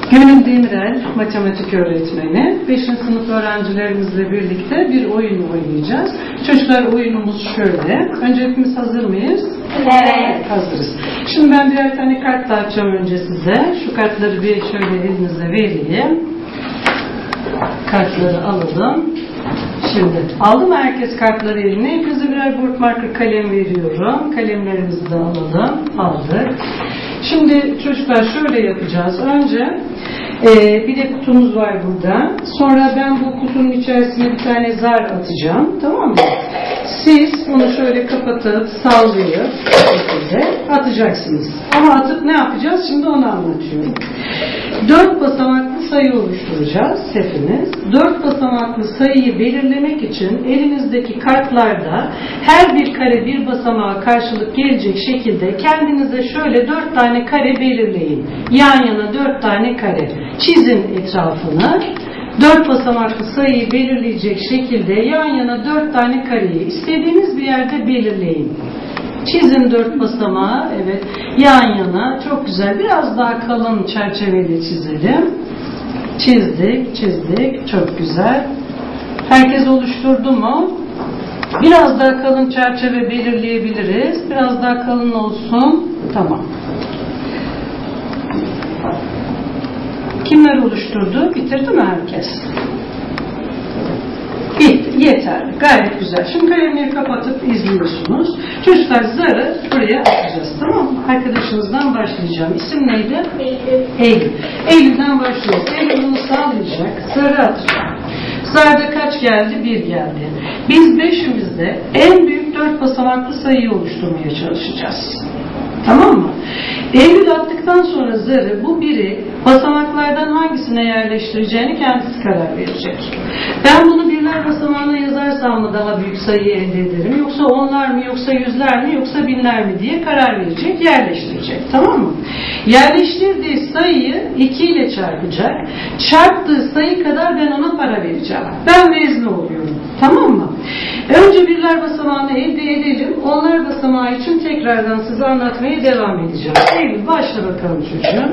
Gönül Demirel, matematik öğretmeni. 5. sınıf öğrencilerimizle birlikte bir oyun oynayacağız. Çocuklar, oyunumuz şöyle. Önce hepimiz hazır mıyız? Evet. Hazırız. Şimdi ben birer tane kart dağıtacağım önce size. Şu kartları bir şöyle elinize vereyim. Kartları alalım. Şimdi aldı mı herkes kartları eline? Hepinize birer board marker kalem veriyorum. Kalemlerimizi de alalım. Aldık. Şimdi çocuklar şöyle yapacağız. Önce bir de kutumuz var burada. Sonra ben bu kutunun içerisine bir tane zar atacağım. Tamam mı? Siz bunu şöyle kapatıp sallayıp bu şekilde atacaksınız. Ama atıp ne yapacağız? Şimdi onu anlatıyorum. 4 basamaklı sayı oluşturacağız hepiniz. 4 basamaklı sayıyı belirlemek için elinizdeki kartlarda her bir kare bir basamağa karşılık gelecek şekilde kendinize şöyle 4 tane kare belirleyin. Yan yana 4 tane kare. Çizin etrafını. 4 basamaklı sayıyı belirleyecek şekilde yan yana 4 tane kareyi istediğiniz bir yerde belirleyin. Çizin 4 basamağı, evet, yan yana. Çok güzel. Biraz daha kalın çerçeveyle çizelim. Çizdik. Çok güzel. Herkes oluşturdu mu? Biraz daha kalın çerçeve belirleyebiliriz. Biraz daha kalın olsun. Tamam. Kimler oluşturdu? Bitirdi mi herkes? Bitti. Yeterli. Gayet güzel. Şimdi kalemleri kapatıp izliyorsunuz. Çocuklar, zarı buraya atacağız. Tamam mı? Arkadaşınızdan başlayacağım. İsim neydi? Eylül. Eylül'den başlıyoruz. Eylül bunu sağlayacak. Zarı atacak. Zarda kaç geldi? 1 geldi. Biz beşimizde en büyük 4 basamaklı sayıyı oluşturmaya çalışacağız. Tamam mı? Eylül attıktan sonra zarı bu biri basamaklardan hangisine yerleştireceğini kendisi karar verecek. Ben bunu birler basamağına yazarsam mı daha büyük sayıyı elde ederim? Yoksa onlar mı? Yoksa yüzler mi? Yoksa binler mi diye karar verecek, yerleştirecek. Tamam mı? Yerleştirdiği sayıyı 2 ile çarpacak. Çarptığı sayı kadar ben ona para vereceğim. Ben vezne oluyorum. Tamam mı? Önce birler basamağını elde edelim. Onlar basamağı için tekrardan size anlatmaya devam edeceğim. Eylül, başla bakalım çocuğum.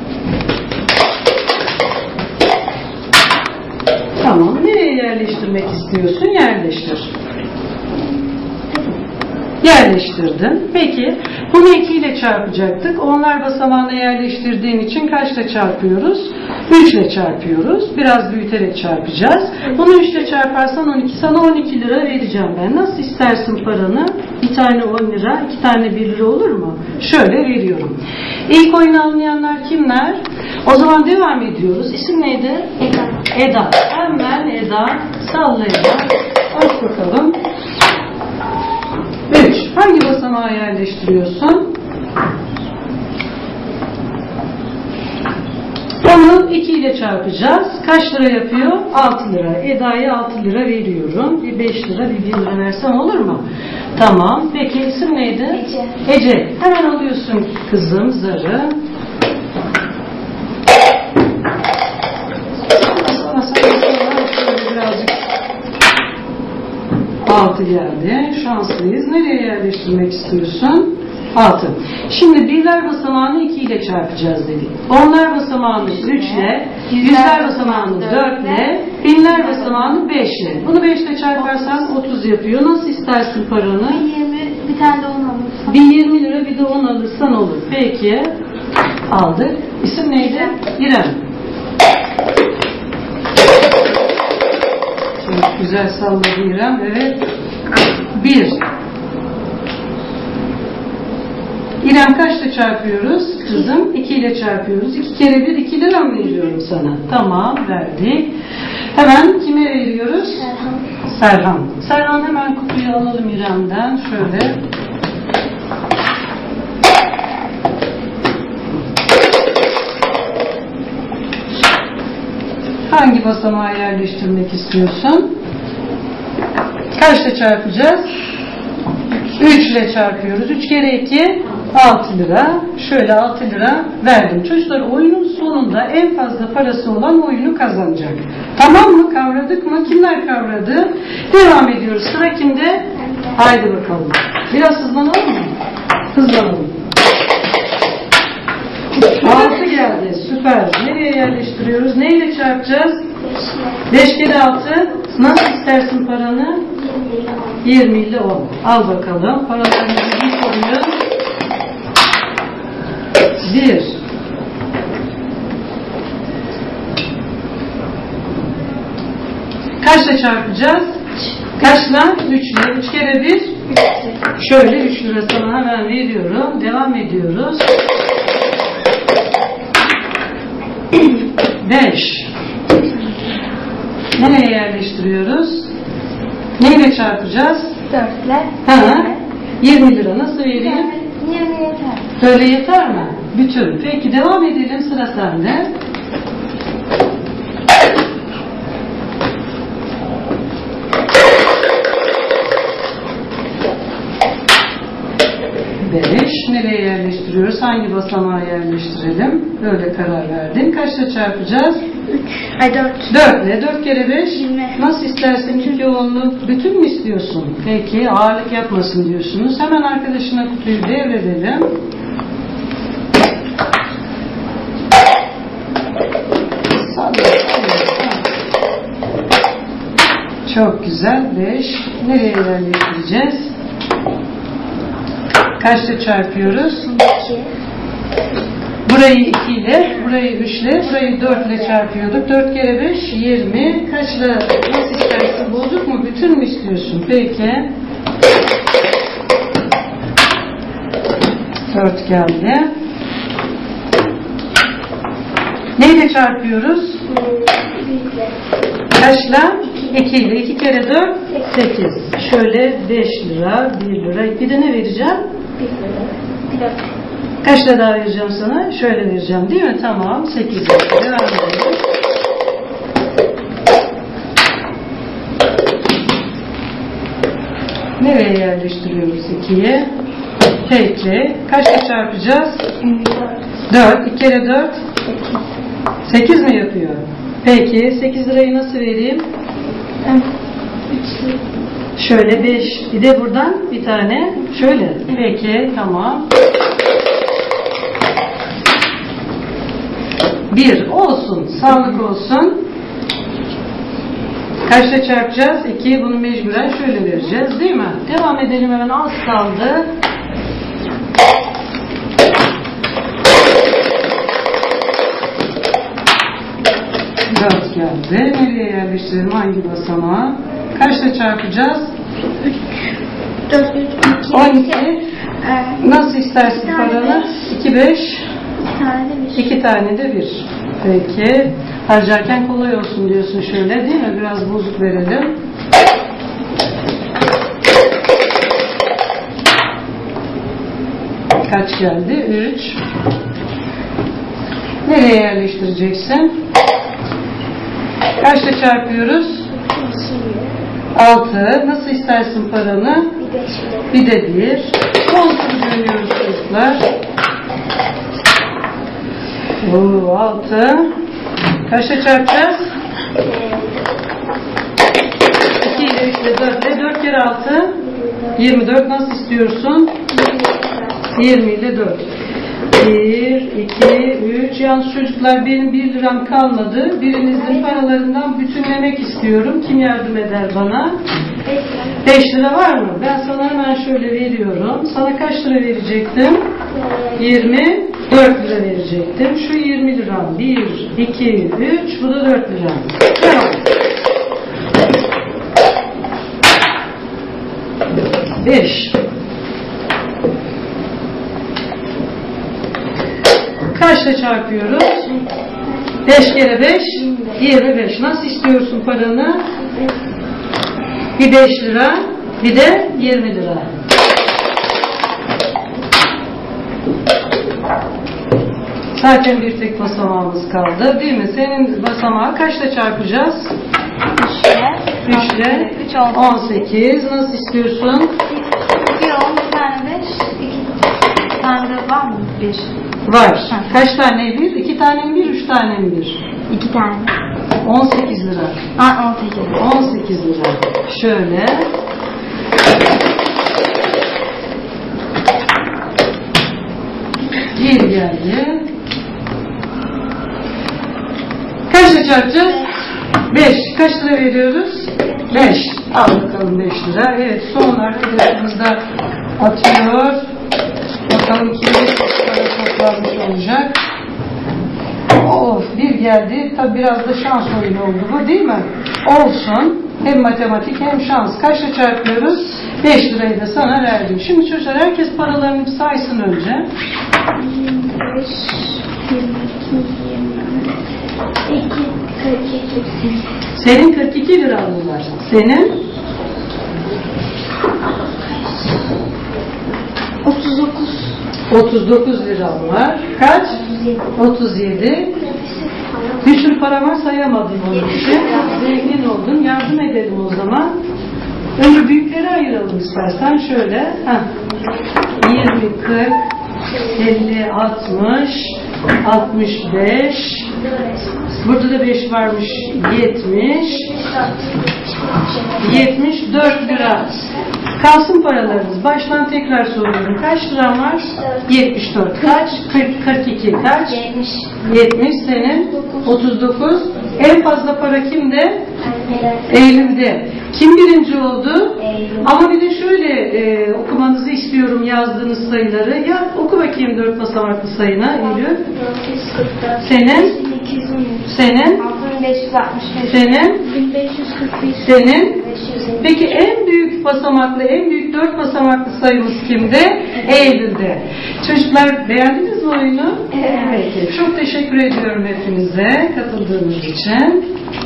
Tamam. Nereye yerleştirmek istiyorsun? Yerleştir. Yerleştirdin. Peki, bunu 2 ile çarpacaktık. Onlar basamağına yerleştirdiğin için kaçla çarpıyoruz? 3 ile çarpıyoruz. Biraz büyüterek çarpacağız. Bunu 3 ile çarparsan 12. Sana 12 lira vereceğim ben. Nasıl istersin paranı? Bir tane 10 lira, 2 tane 1 lira olur mu? Şöyle veriyorum. İlk oyunu anlayanlar kimler? O zaman devam ediyoruz. İsim neydi? Eda. Hemen Eda. Salla Eda. Aç bakalım. 3. Hangi basamağa yerleştiriyorsun? Onu 2 ile çarpacağız. Kaç lira yapıyor? 6 lira. Eda'ya 6 lira veriyorum. Bir 5 lira, bir 1 lira versem olur mu? Tamam. Peki isim neydi? Ece. Hemen alıyorsun kızım zarı. Birazcık 6 geldi. Şanslıyız. Nereye yerleştirmek istiyorsun? 6. Şimdi birler basamağını 2 ile çarpacağız dedik. Onlar basamağını 3 ile, yüzler basamağını 4 ile, binler basamağını 5 ile. Bunu 5 ile çarparsan 30 yapıyor. Nasıl istersin paranı? 20, bir tane de 10 alırsan. Bir 20 lira, bir de 10 alırsan olur. Peki. Aldık. İsim neydi? İrem. Çok güzel salladı İrem. Evet. 1. İrem kaçla çarpıyoruz? Kızım 2 ile çarpıyoruz. 2 kere 1 2 lira mı veriyorum sana? Tamam, verdik. Hemen kime veriyoruz? Serhan. Serhan, hemen kutuyu alalım İrem'den. Şöyle. Hangi basamağa yerleştirmek istiyorsun? Kaçla çarpacağız? 3 ile çarpıyoruz. 3 kere 2 6 lira. Şöyle 6 lira verdim. Çocuklar, oyunun sonunda en fazla parası olan oyunu kazanacak. Tamam mı? Kavradık mı? Kimler kavradı? Devam ediyoruz. Sıra kimde? Haydi bakalım. Biraz hızlanalım mı? Hızlanalım. 6 geldi. Süper. Nereye yerleştiriyoruz. Neyle çarpacağız? 5 kere 6. Nasıl istersin paranı? 20 ile 10. Al bakalım. Paralarımızı bir koyun. 1. Kaçla çarpacağız? Kaçla? 3 ile. 3 kere 1. Şöyle 3 lira sana hemen veriyorum. Devam ediyoruz. 5. Nereye yerleştiriyoruz? Neyle çarpacağız? 4 ile. Ha, 20 lira. Nasıl vereyim? 20 yeter. Böyle yeter mi? Bütün. Peki devam edelim. Sıra sende. Nereye yerleştiriyoruz? Hangi basamağa yerleştirelim? Böyle karar verdin. Kaçla çarpacağız? 4 ile. 4 kere 5. 20. Nasıl istersen iki onluk. Bütün mü istiyorsun? Peki ağırlık yapmasın diyorsunuz. Hemen arkadaşına kutuyu devredelim. Çok güzel. 5. Nereye yerleştireceğiz? Kaçla çarpıyoruz? 2. Burayı 2 ile, burayı 3 ile, burayı 4 ile çarpıyorduk. 4 kere 5, 20. Kaçla, nasıl istersin? Bozuk mu? Bütün mü istiyorsun? Peki. 4 geldi. Neyle çarpıyoruz? Kaçla? 2 ile. 2 kere 4, 8. Şöyle 5 lira, 1 lira. Bir de ne vereceğim? 1 lira. Kaçla daha vereceğim sana? Şöyle vereceğim değil mi? Tamam. 8 lira. Devam edelim. Nereye yerleştiriyoruz 2'yi? Peki. Kaçla çarpacağız? 4. 2 kere 4? 8 mi yapıyor? Peki. 8 lirayı nasıl vereyim? Şöyle 5. Bir de buradan bir tane. Şöyle. Peki. Tamam. 1 olsun. Sağlık olsun. Kaçla çarpacağız? 2. Bunu mecburen şöyle vereceğiz. Değil mi? Devam edelim hemen. Az kaldı. Dört geldi. Nereye yerleştirelim? Hangi basamağa? Kaçla çarpacağız? 4, 3, 2, 12. Nasıl istersin paranı? 2, 5. 2 tane de 1. Peki. Harcarken kolay olsun diyorsun şöyle değil mi? Biraz bozuk verelim. Kaç geldi? 3. Nereye yerleştireceksin? Kaçla çarpıyoruz? 6. Nasıl istersin paranı? Bir de 1. Son tur dönüyoruz çocuklar. 6. Kaçla çarpacağız? 2 ile 3 ile 4 ile. 4 kere 6. 24. Nasıl istiyorsun? 20 ile 4. 1, 2, 3. Yalnız çocuklar benim 1 liram kalmadı. Birinizin paralarından bütünlemek istiyorum. Kim yardım eder bana? 5 lira var mı? Ben sana hemen şöyle veriyorum. Sana kaç lira verecektim? 24 lira verecektim. Şu 20 liram. 1, 2, 3. Bu da 4 liram. Tamam. 5. Kaçla çarpıyoruz? 5 kere 5, 25. Nasıl istiyorsun paranı? Bir 5 lira, bir de 20 lira. Zaten bir tek basamağımız kaldı, değil mi? Senin basamağı kaçla çarpacağız? 3 ile 18. Nasıl istiyorsun? Bir 10, bir tane 5, 2 tane de var mı? 1. Var. Kaç tane bir? 2 tane mi bir? 3 tane mi bir? 2 tane. 18 lira. 18. 18 lira. Şöyle. Bir geldi. Kaç artacağız? 5. Kaç lira veriyoruz? 5. Al bakalım 5 lira. Evet, son arkadaşımızda atıyor. Bakalım kimde para toplanmış olacak. Of, bir geldi. Tabi biraz da şans oyunu oldu bu, değil mi? Olsun. Hem matematik hem şans. Kaçla çarpıyoruz? 5 lirayı da sana verdim. Şimdi çocuklar herkes paralarını bir saysın önce. 25, 22, 22, 42. Senin 42 liran var. Senin? 39. 39 liran var. Kaç? 37. Bir sürü para var, sayamadım onun için. Zengin oldun. Yardım edelim o zaman. Önce büyükleri ayıralım istersen. Şöyle. Heh. 20, 40, 50, 60, 65. Burada da 5 varmış. 70. 74 lira. Kalsın paralarınız. Baştan tekrar soruyorum. Kaç liran var? 74. Kaç? 40, 42. Kaç? 70. Senin? 39. En fazla para kimde? Eylül'de. Kim birinci oldu? Ama bir de şöyle okumanızı istiyorum yazdığınız sayıları. Ya oku bakayım 4 basamaklı sayını Eylül. 444. Senin? 213. Senin? 6565. Senin? 1541. Senin? 550. Peki en büyük basamaklı, en büyük 4 basamaklı sayımız kimde? Eylül'de. Çocuklar beğendiniz mi oyunu? Evet. Peki. Çok teşekkür ediyorum hepinize katıldığınız için.